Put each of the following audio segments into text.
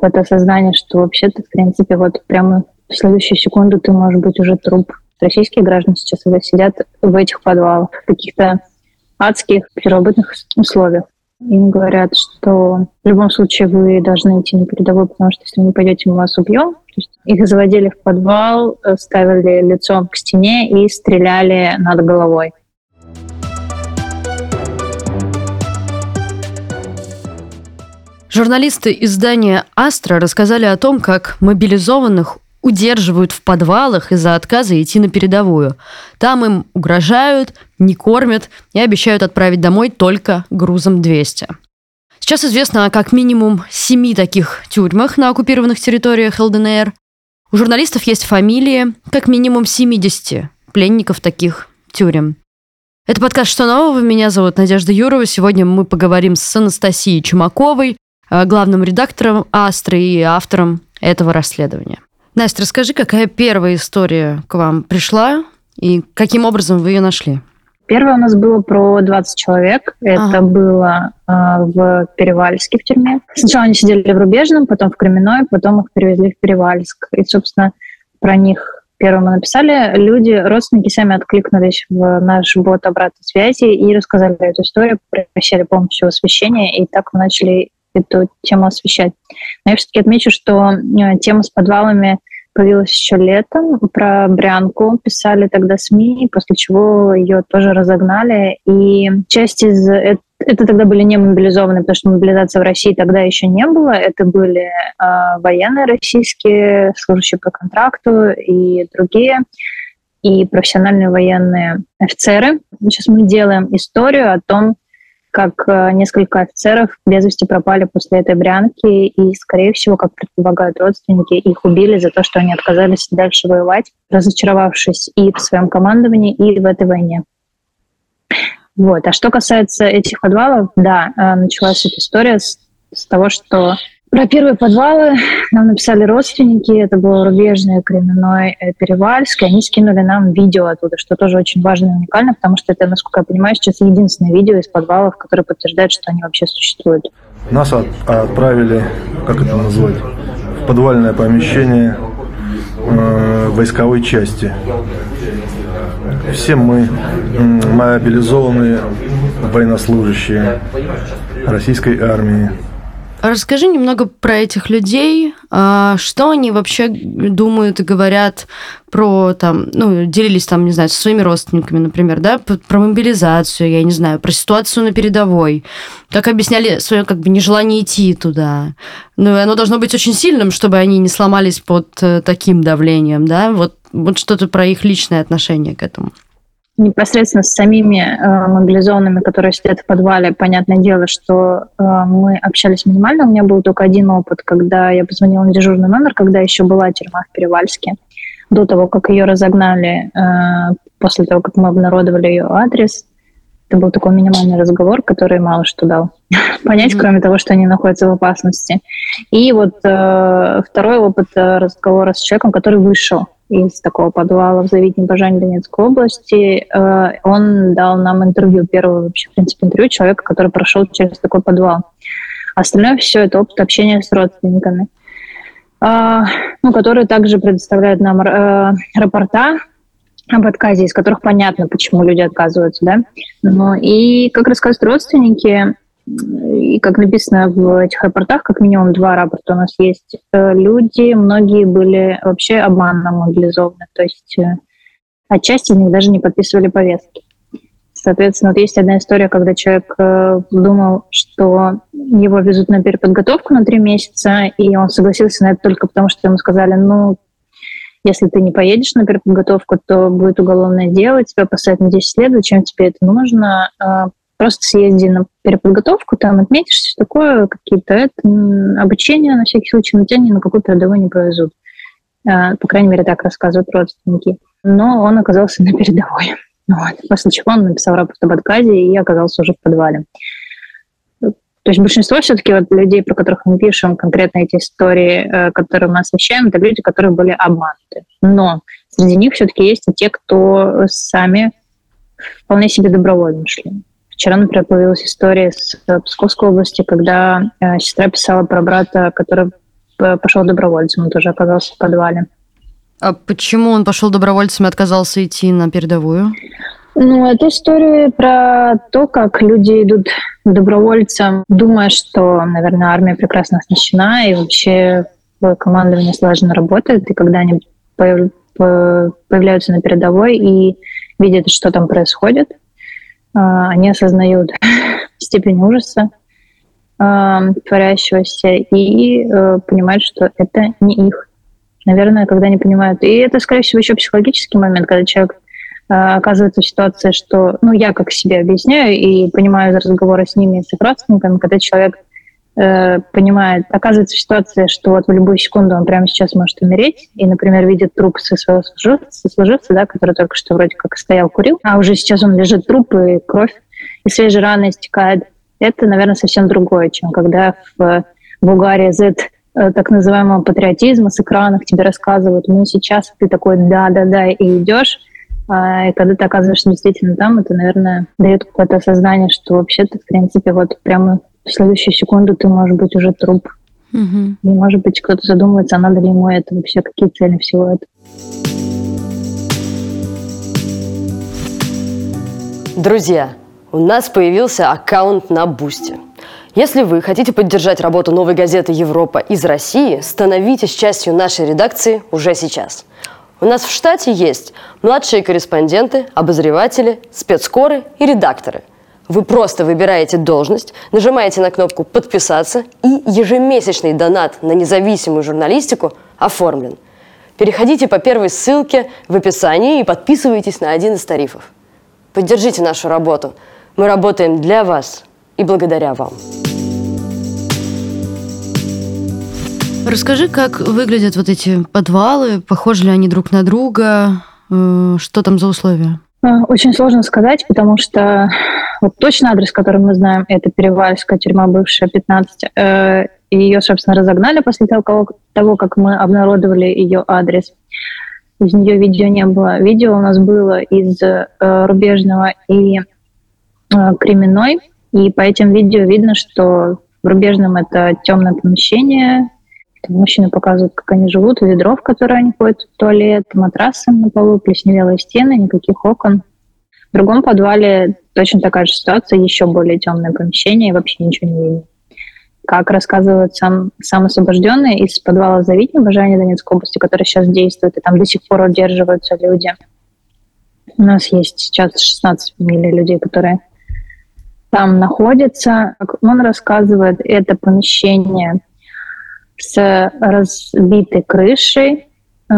это осознание, что вообще-то, в принципе, вот прямо в следующую секунду ты можешь быть уже труп. Российские граждане сейчас сидят в этих подвалах, в каких-то адских первобытных условиях. Им говорят, что в любом случае вы должны идти на передовую, потому что если вы не пойдете, мы вас убьем. То есть их заводили в подвал, ставили лицом к стене и стреляли над головой. Журналисты издания «Астра» рассказали о том, как мобилизованных удерживают в подвалах из-за отказа идти на передовую. Там им угрожают, не кормят и обещают отправить домой только грузом 200. Сейчас известно о как минимум 7 таких тюрьмах на оккупированных территориях ЛДНР. У журналистов есть фамилии как минимум 70 пленников таких тюрем. Это подкаст «Что нового?». Меня зовут Надежда Юрова. Сегодня мы поговорим с Анастасией Чумаковой, главным редактором «Астры» и автором этого расследования. Настя, расскажи, какая первая история к вам пришла и каким образом вы ее нашли? Первое у нас было про 20 человек. Это было в Перевальске в тюрьме. Сначала они сидели в Рубежном, потом в Кременной, потом их перевезли в Перевальск. И, собственно, про них первым мы написали. Люди, родственники сами откликнулись в наш бот обратной связи и рассказали эту историю, просили помощи в освещении, и так мы начали эту тему освещать. Но я все-таки отмечу, что тема с подвалами появилась еще летом. Про Брянку писали тогда СМИ, после чего ее тоже разогнали. И часть из... Это тогда были не мобилизованные, потому что мобилизации в России тогда еще не было. Это были военные российские, служащие по контракту и другие, и профессиональные военные офицеры. Сейчас мы делаем историю о том, как несколько офицеров без вести пропали после этой Брянки, и, скорее всего, как предполагают родственники, их убили за то, что они отказались дальше воевать, разочаровавшись и в своем командовании, и в этой войне. Вот. А что касается этих подвалов, да, началась эта история с того, что про первые подвалы нам написали родственники, это было Рубежное, Кременной, Перевальск, и они скинули нам видео оттуда, что тоже очень важно и уникально, потому что это, насколько я понимаю, сейчас единственное видео из подвалов, которое подтверждает, что они вообще существуют. Нас отправили, как это назвать, в подвальное помещение войсковой части. Все мы мобилизованные военнослужащие российской армии. Расскажи немного про этих людей, что они вообще думают и говорят про, там, делились там, не знаю, со своими родственниками, например, да, про мобилизацию, я не знаю, про ситуацию на передовой, как объясняли свое нежелание идти туда. Оно должно быть очень сильным, чтобы они не сломались под таким давлением, да, вот что-то про их личное отношение к этому. Непосредственно с самими мобилизованными, которые сидят в подвале, понятное дело, что мы общались минимально. У меня был только один опыт, когда я позвонила на дежурный номер, когда еще была тюрьма в Перевальске, до того, как ее разогнали, после того, как мы обнародовали ее адрес. Это был такой минимальный разговор, который мало что дал понять, кроме того, что они находятся в опасности. И вот второй опыт разговора с человеком, который вышел из такого подвала в Завидне-Бажане Донецкой области. Он дал нам интервью, первое вообще, в принципе, интервью человека, который прошел через такой подвал. Остальное все это опыт общения с родственниками, которые также предоставляют нам рапорта об отказе, из которых понятно, почему люди отказываются, да. И как рассказывают родственники, и как написано в этих рапортах, как минимум 2 рапорта у нас есть, люди, многие были вообще обманно мобилизованы, то есть отчасти из них даже не подписывали повестки. Соответственно, вот есть одна история, когда человек думал, что его везут на переподготовку на 3 месяца, и он согласился на это только потому, что ему сказали, если ты не поедешь на переподготовку, то будет уголовное дело, тебя посадят на 10 лет, зачем тебе это нужно? Просто съезди на переподготовку, там отметишь все такое, какие-то обучение на всякий случай, но тебя ни на какую передовую не повезут. По крайней мере, так рассказывают родственники. Но он оказался на передовой. После чего он написал рапорт об отказе и оказался уже в подвале. То есть большинство все-таки людей, про которых мы пишем, конкретно эти истории, которые мы освещаем, это люди, которые были обмануты. Но среди них все-таки есть и те, кто сами вполне себе добровольно шли. Вчера, например, появилась история с Псковской области, когда сестра писала про брата, который пошел добровольцем, он тоже оказался в подвале. А почему он пошел добровольцем и отказался идти на передовую? Это история про то, как люди идут добровольцем, думая, что, наверное, армия прекрасно оснащена, и вообще командование слаженно работает, и когда они появляются на передовой и видят, что там происходит, они осознают степень ужаса творящегося и понимают, что это не их. Наверное, когда они понимают. И это, скорее всего, еще психологический момент, когда человек оказывается в ситуации, что, я как себе объясняю и понимаю из разговора с ними и с их родственниками, когда человек понимает, оказывается в ситуации, что вот в любую секунду он прямо сейчас может умереть, и, например, видит труп своего сослуживца, да, который только что вроде как стоял, курил, а уже сейчас он лежит труп, и кровь, и свежая рана истекает. Это, наверное, совсем другое, чем когда в Bulgaria Z так называемого патриотизма с экранов тебе рассказывают, сейчас ты такой да, и идешь. И когда ты оказываешься действительно там, это, наверное, дает какое-то осознание, что вообще-то, в принципе, вот прямо в следующую секунду ты можешь быть уже труп. И, может быть, кто-то задумывается, а надо ли ему это вообще, какие цели всего этого. Друзья, у нас появился аккаунт на Бусти. Если вы хотите поддержать работу «Новой газеты Европа» из России, становитесь частью нашей редакции уже сейчас. У нас в штате есть младшие корреспонденты, обозреватели, спецкоры и редакторы. Вы просто выбираете должность, нажимаете на кнопку «Подписаться» и ежемесячный донат на независимую журналистику оформлен. Переходите по первой ссылке в описании и подписывайтесь на один из тарифов. Поддержите нашу работу. Мы работаем для вас и благодаря вам. Расскажи, как выглядят вот эти подвалы, похожи ли они друг на друга, что там за условия? Очень сложно сказать, потому что вот точно адрес, который мы знаем, это Перевальская тюрьма, бывшая 15. Ее, собственно, разогнали после того, как мы обнародовали ее адрес. Из нее видео не было. Видео у нас было из Рубежного и Кременной. И по этим видео видно, что в Рубежном это темное помещение. Мужчины показывают, как они живут, ведро, в которое они ходят в туалет, матрасы на полу, плесневелые стены, никаких окон. В другом подвале точно такая же ситуация, еще более темное помещение, и вообще ничего не видно. Как рассказывает сам освобожденный из подвала Завитни в Ажане Донецкой области, который сейчас действует, и там до сих пор удерживаются люди. У нас есть сейчас 16 фамилий людей, которые там находятся. Как он рассказывает, это помещение с разбитой крышей.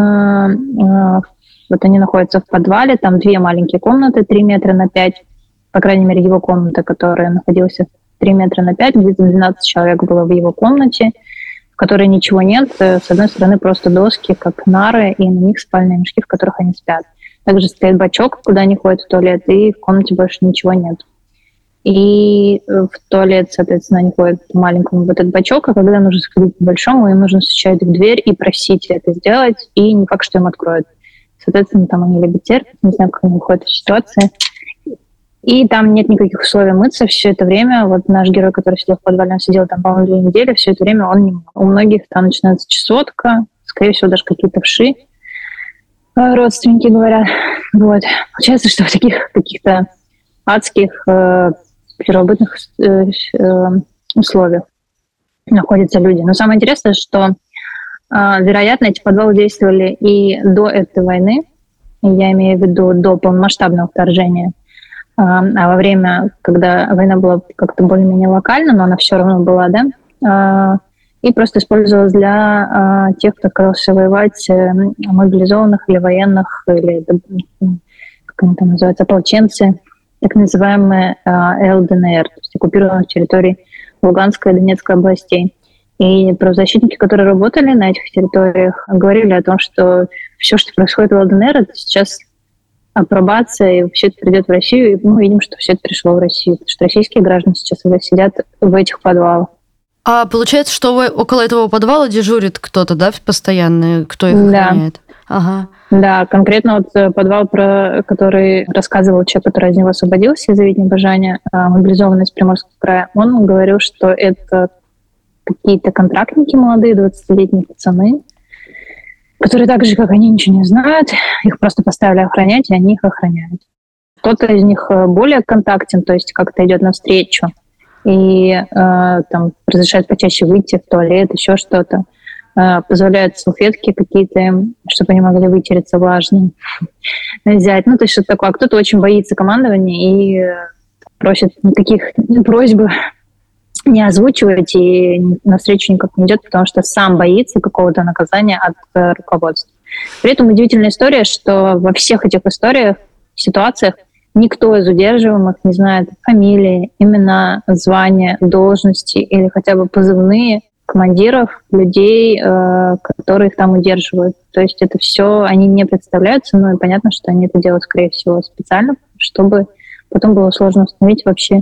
Вот они находятся в подвале, там 2 маленькие комнаты, 3 метра на 5, по крайней мере, его комната, которая находилась 3 метра на 5, где-то 12 человек было в его комнате, в которой ничего нет. С одной стороны, просто доски, как нары, и на них спальные мешки, в которых они спят. Также стоит бачок, куда они ходят в туалет, и в комнате больше ничего нет. И в туалет, соответственно, они ходят в маленькому в этот бачок, а когда нужно сходить к большому, им нужно стучать в дверь и просить это сделать, и не факт, что им откроют. Соответственно, там они либо терпят, не знаю, как они выходят из ситуации. И там нет никаких условий мыться все это время. Вот наш герой, который сидел в подвале, он сидел там, по-моему, 2 недели, все это время он не мыл. У многих там начинается чесотка, скорее всего, даже какие-то вши, родственники говорят. Вот. Получается, что в таких каких-то адских первобытных условиях находятся люди. Но самое интересное, что, вероятно, эти подвалы действовали и до этой войны, я имею в виду до полномасштабного вторжения, а во время, когда война была как-то более-менее локальна, но она все равно была, да, и просто использовалась для тех, кто отказался воевать, мобилизованных или военных, или, как они там называются, ополченцы, так называемые ЛДНР, то есть оккупированных территорий Луганской и Донецкой областей. И правозащитники, которые работали на этих территориях, говорили о том, что все, что происходит в ЛДНР, это сейчас апробация, и все это придет в Россию, и мы видим, что все это пришло в Россию, потому что российские граждане сейчас уже сидят в этих подвалах. А получается, что около этого подвала дежурит кто-то, да, постоянно, кто их охраняет? Ага. Да, конкретно вот подвал, про который рассказывал человек, который из него освободился из Завитни Бажани, мобилизованный из Приморского края, он говорил, что это какие-то контрактники молодые, 20-летние пацаны, которые так же, как они, ничего не знают, их просто поставили охранять, и они их охраняют. Кто-то из них более контактен, то есть как-то идет навстречу, и там разрешает почаще выйти в туалет, еще что-то. Позволяют салфетки какие-то им, чтобы они могли вытереться влажные, взять. Ну, то есть что-то такое. А кто-то очень боится командования и просит никаких просьб не озвучивать и навстречу никак не идет, потому что сам боится какого-то наказания от руководства. При этом удивительная история, что во всех этих историях, ситуациях никто из удерживаемых не знает фамилии, имена, звания, должности или хотя бы позывные командиров, людей, которые их там удерживают. То есть это все, они не представляются, но и понятно, что они это делают, скорее всего, специально, чтобы потом было сложно установить вообще,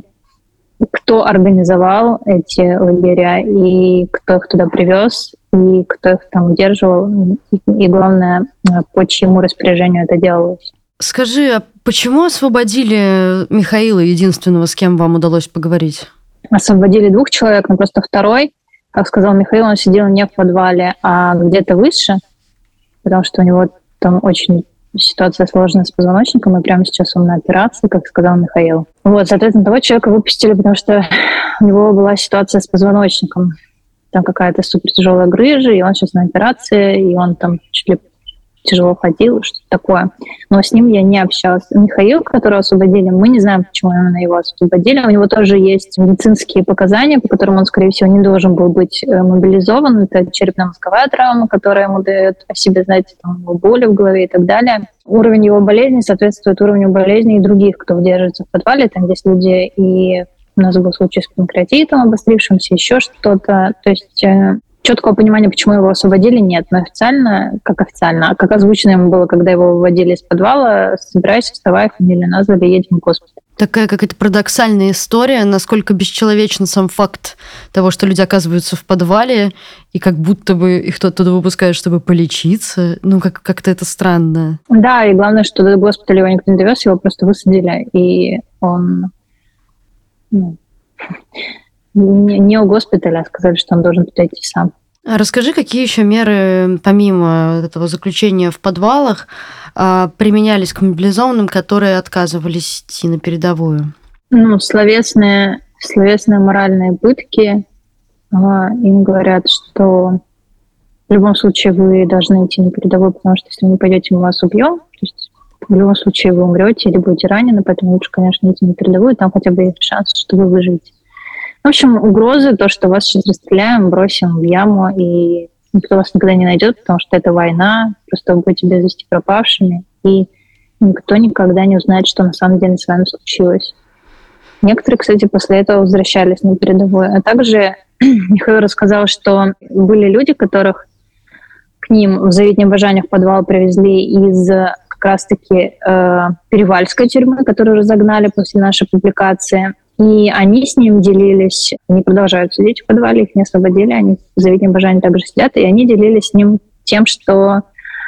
кто организовал эти лагеря, и кто их туда привез, и кто их там удерживал, и главное, по чьему распоряжению это делалось. Скажи, а почему освободили Михаила, единственного, с кем вам удалось поговорить? Освободили 2 человек, но просто второй, как сказал Михаил, он сидел не в подвале, а где-то выше, потому что у него там очень ситуация сложная с позвоночником, и прямо сейчас он на операции, как сказал Михаил. Вот, соответственно, того человека выпустили, потому что у него была ситуация с позвоночником. Там какая-то супер тяжелая грыжа, и он сейчас на операции, и он там чуть ли тяжело ходил, что-то такое. Но с ним я не общалась. Михаил, которого освободили, мы не знаем, почему именно его освободили. У него тоже есть медицинские показания, по которым он, скорее всего, не должен был быть мобилизован. Это черепно-мозговая травма, которая ему дает о себе знать, там, боли в голове и так далее. Уровень его болезни соответствует уровню болезни и других, кто держится в подвале. Там есть люди, и у нас был случай с панкреатитом обострившимся, еще что-то. То есть четкого понимания, почему его освободили, нет. Но официально, а как озвучено ему было, когда его выводили из подвала, собирайся, вставай, фамилию назвали, едем в госпиталь. Такая какая-то парадоксальная история, насколько бесчеловечен сам факт того, что люди оказываются в подвале, и как будто бы их кто-то туда выпускает, чтобы полечиться. Ну, как-то это странно. Да, и главное, что до госпиталя его никто не довез, его просто высадили, и он... Не у госпиталя, а сказали, что он должен туда идти сам. А расскажи, какие еще меры, помимо этого заключения в подвалах, применялись к мобилизованным, которые отказывались идти на передовую? Словесные моральные пытки. Им говорят, что в любом случае вы должны идти на передовую, потому что если вы не пойдете, мы вас убьем. То есть в любом случае вы умрете или будете ранены, поэтому лучше, конечно, идти на передовую, там хотя бы есть шанс, что вы выживете. В общем, угрозы, то, что вас сейчас расстреляем, бросим в яму, и никто вас никогда не найдет, потому что это война, просто вы будете без вести пропавшими, и никто никогда не узнает, что на самом деле с вами случилось. Некоторые, кстати, после этого возвращались на передовую. А также Михаил рассказал, что были люди, которых к ним в Заветне Бажане в подвал привезли из как раз-таки Перевальской тюрьмы, которую разогнали после нашей публикации. И они с ним делились, они продолжают сидеть в подвале, их не освободили, они в Заветне Бажане также сидят, и они делились с ним тем, что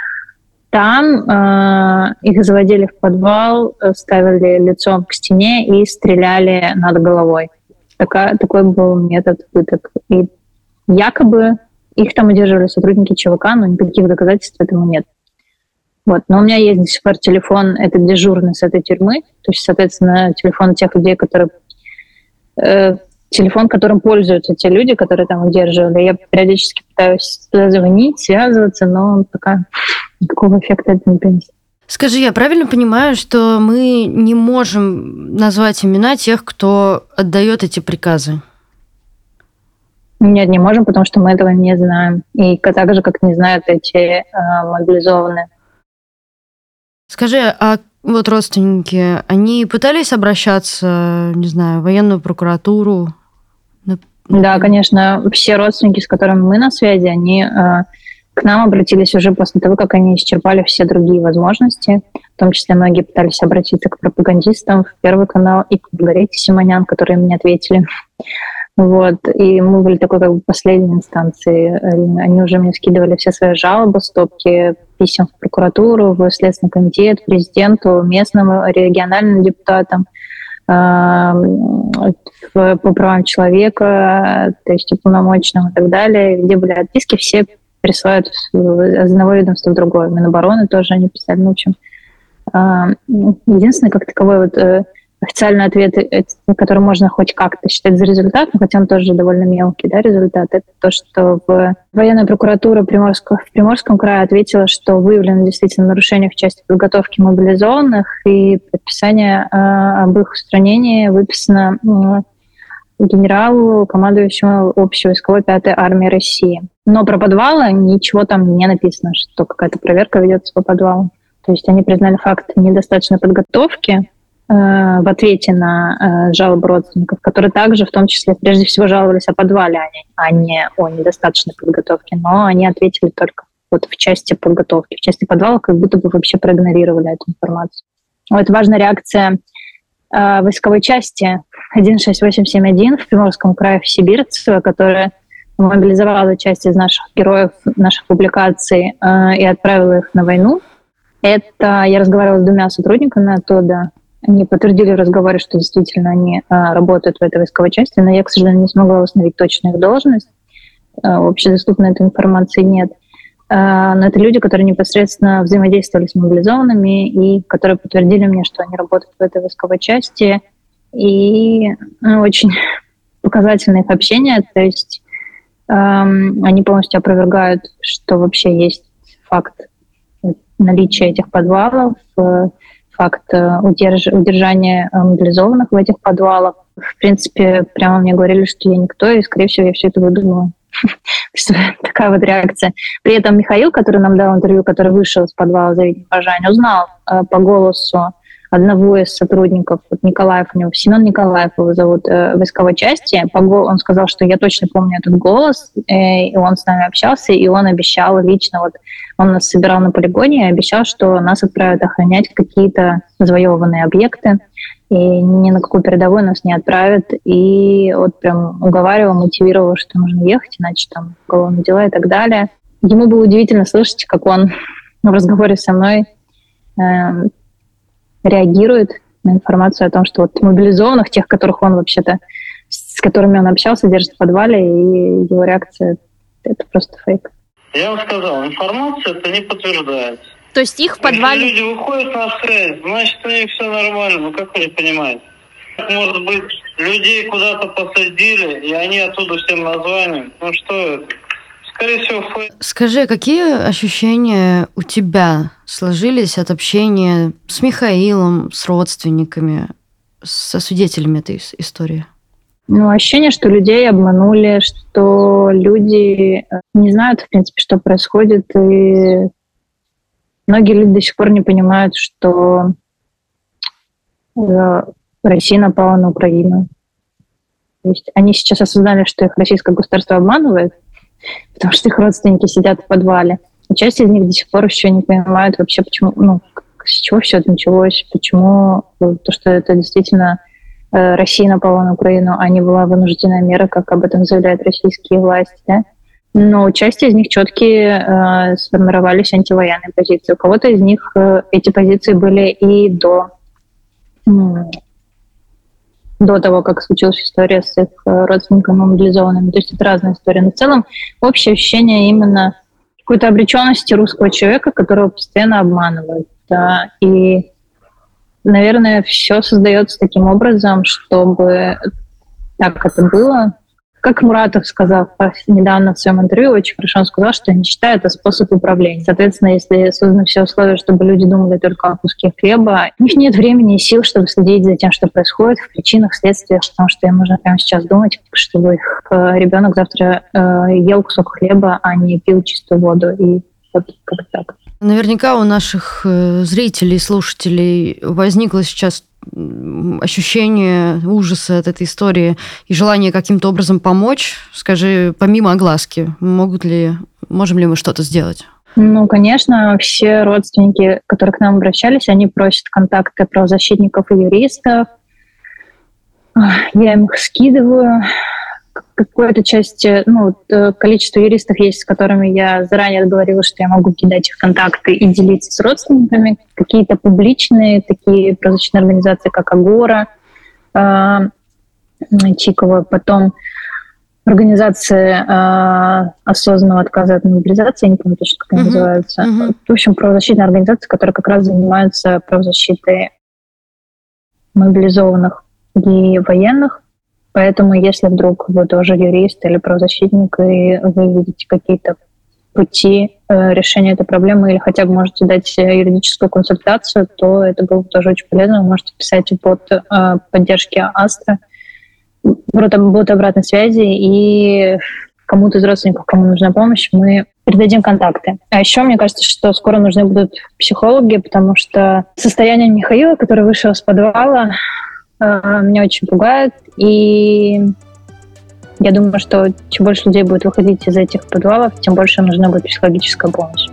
там их заводили в подвал, ставили лицом к стене и стреляли над головой. Такой был метод пыток. И якобы их там удерживали сотрудники ЧВК, но никаких доказательств этому нет. Вот. Но у меня есть до сих пор телефон, это дежурный с этой тюрьмы, то есть, соответственно, телефон тех людей, которые... телефон, которым пользуются те люди, которые там удерживали. Я периодически пытаюсь туда звонить, связываться, но пока никакого эффекта это не принесет. Скажи, я правильно понимаю, что мы не можем назвать имена тех, кто отдает эти приказы? Нет, не можем, потому что мы этого не знаем. И так же, как не знают эти мобилизованные. Скажи, а вот родственники, они пытались обращаться, не знаю, в военную прокуратуру? Да, конечно, все родственники, с которыми мы на связи, они к нам обратились уже после того, как они исчерпали все другие возможности. В том числе многие пытались обратиться к пропагандистам в Первый канал и к Маргарите Симонян, которые мне ответили. Вот. И мы были такой как бы последней инстанции. Они уже мне скидывали все свои жалобы, стопки писем в прокуратуру, в Следственный комитет, президенту, местным региональным депутатам. по правам человека, то есть уполномоченным и так далее, где были отписки, все присылают из одного ведомства в другое. Минобороны тоже они писали. Ну, в общем, единственный как таковой вот официальный ответ, который можно хоть как-то считать за результат, но хотя он тоже довольно мелкий, да, результат, это то, что военная прокуратура в Приморском крае ответила, что выявлено действительно нарушение в части подготовки мобилизованных, и предписание об их устранении выписано генералу, командующему общевойсковой 5-й армии России. Но про подвалы ничего там не написано, что какая-то проверка ведется по подвалам. То есть они признали факт недостаточной подготовки в ответе на жалобы родственников, которые также, в том числе, прежде всего жаловались о подвале, а не о недостаточной подготовке. Но они ответили только вот в части подготовки. В части подвала как будто бы вообще проигнорировали эту информацию. Вот важная реакция войсковой части 16871 в Приморском крае в Сибирцево, которая мобилизовала часть из наших героев, наших публикаций и отправила их на войну. Это я разговаривала с 2 сотрудниками оттуда. Они подтвердили в разговоре, что действительно они работают в этой войсковой части, но я, к сожалению, не смогла установить точную их должность. Общедоступной этой информации нет. Но это люди, которые непосредственно взаимодействовали с мобилизованными и которые подтвердили мне, что они работают в этой войсковой части. И очень показательное их общение. То есть они полностью опровергают, что вообще есть факт наличия этих подвалов, факт удержания мобилизованных в этих подвалах. В принципе, прямо мне говорили, что я никто, и, скорее всего, я все это выдумала. Такая вот реакция. При этом Михаил, который нам дал интервью, который вышел из подвала за видимым пожанием, узнал по голосу одного из сотрудников, вот Николаев у него, Семен Николаев его зовут, войсковой части. Он сказал, что я точно помню этот голос, и он с нами общался, и он обещал лично, вот он нас собирал на полигоне и обещал, что нас отправят охранять какие-то завоеванные объекты, и ни на какую передовую нас не отправят. И вот прям уговаривал, мотивировал, что нужно ехать, иначе там уголовные дела и так далее. Ему было удивительно слышать, как он в разговоре со мной реагирует на информацию о том, что вот мобилизованных, тех, которых он вообще-то, с которыми он общался, держит в подвале, и его реакция — это просто фейк. Я вам сказал, информация это не подтверждается. То есть их в подвале... Если люди выходят на связь, значит, у них все нормально. Ну, как вы не понимаете? Может быть, людей куда-то посадили, и они оттуда всем названием. Ну, что это? Скорее всего, фейк. Скажи, какие ощущения у тебя сложились от общения с Михаилом, с родственниками, со свидетелями этой истории? Ну, ощущение, что людей обманули, что люди не знают, в принципе, что происходит, и многие люди до сих пор не понимают, что Россия напала на Украину. То есть они сейчас осознали, что их российское государство обманывает, потому что их родственники сидят в подвале. И часть из них до сих пор еще не понимают вообще, почему, с чего все это началось, почему то, что это действительно Россия напала на Украину, а не была вынужденная мера, как об этом заявляют российские власти. Да? Но часть из них четкие сформировались антивоенные позиции. У кого-то из них эти позиции были и до того, как случилась история с их родственниками мобилизованными. То есть это разная история. Но в целом общее ощущение именно какой-то обреченности русского человека, которого постоянно обманывают. Да? И, наверное, все создается таким образом, чтобы так это было. Как Муратов сказал недавно в своем интервью, очень хорошо он сказал, что нищета — это способ управления. Соответственно, если созданы все условия, чтобы люди думали только о куске хлеба, у них нет времени и сил, чтобы следить за тем, что происходит, в причинах, следствиях, потому что им нужно прямо сейчас думать, чтобы их ребенок завтра ел кусок хлеба, а не пил чистую воду. И вот как так. Наверняка у наших зрителей, слушателей возникло сейчас ощущение ужаса от этой истории и желание каким-то образом помочь. Скажи, помимо огласки, можем ли мы что-то сделать? Ну, конечно, все родственники, которые к нам обращались, они просят контакты правозащитников и юристов. Я им их скидываю. Какая-то часть, количество юристов есть, с которыми я заранее договорилась, что я могу кидать их контакты и делиться с родственниками. Какие-то публичные, такие правозащитные организации, как Агора, Чикова, потом организации осознанного отказа от мобилизации, я не помню точно, как они называются. В общем, правозащитные организации, которые как раз занимаются правозащитой мобилизованных и военных. Поэтому, если вдруг вы тоже юрист или правозащитник, и вы видите какие-то пути решения этой проблемы или хотя бы можете дать юридическую консультацию, то это было бы тоже очень полезно. Вы можете писать под поддержки Астра. Будут обратной связи, и кому-то из родственников, кому нужна помощь, мы передадим контакты. А еще, мне кажется, что скоро нужны будут психологи, потому что состояние Михаила, который вышел из подвала, меня очень пугает, и я думаю, что чем больше людей будет выходить из этих подвалов, тем больше им нужна будет психологическая помощь.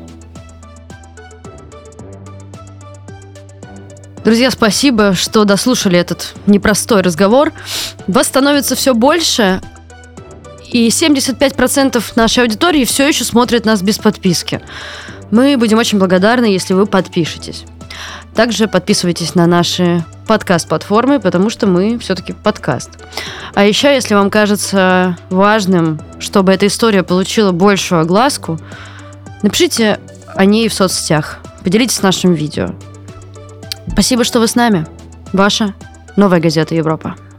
Друзья, спасибо, что дослушали этот непростой разговор. Вас становится все больше, и 75% нашей аудитории все еще смотрят нас без подписки. Мы будем очень благодарны, если вы подпишетесь. Также подписывайтесь на наши подкаст-платформы, потому что мы все-таки подкаст. А еще, если вам кажется важным, чтобы эта история получила большую огласку, напишите о ней в соцсетях, поделитесь нашим видео. Спасибо, что вы с нами. Ваша Новая газета Европа.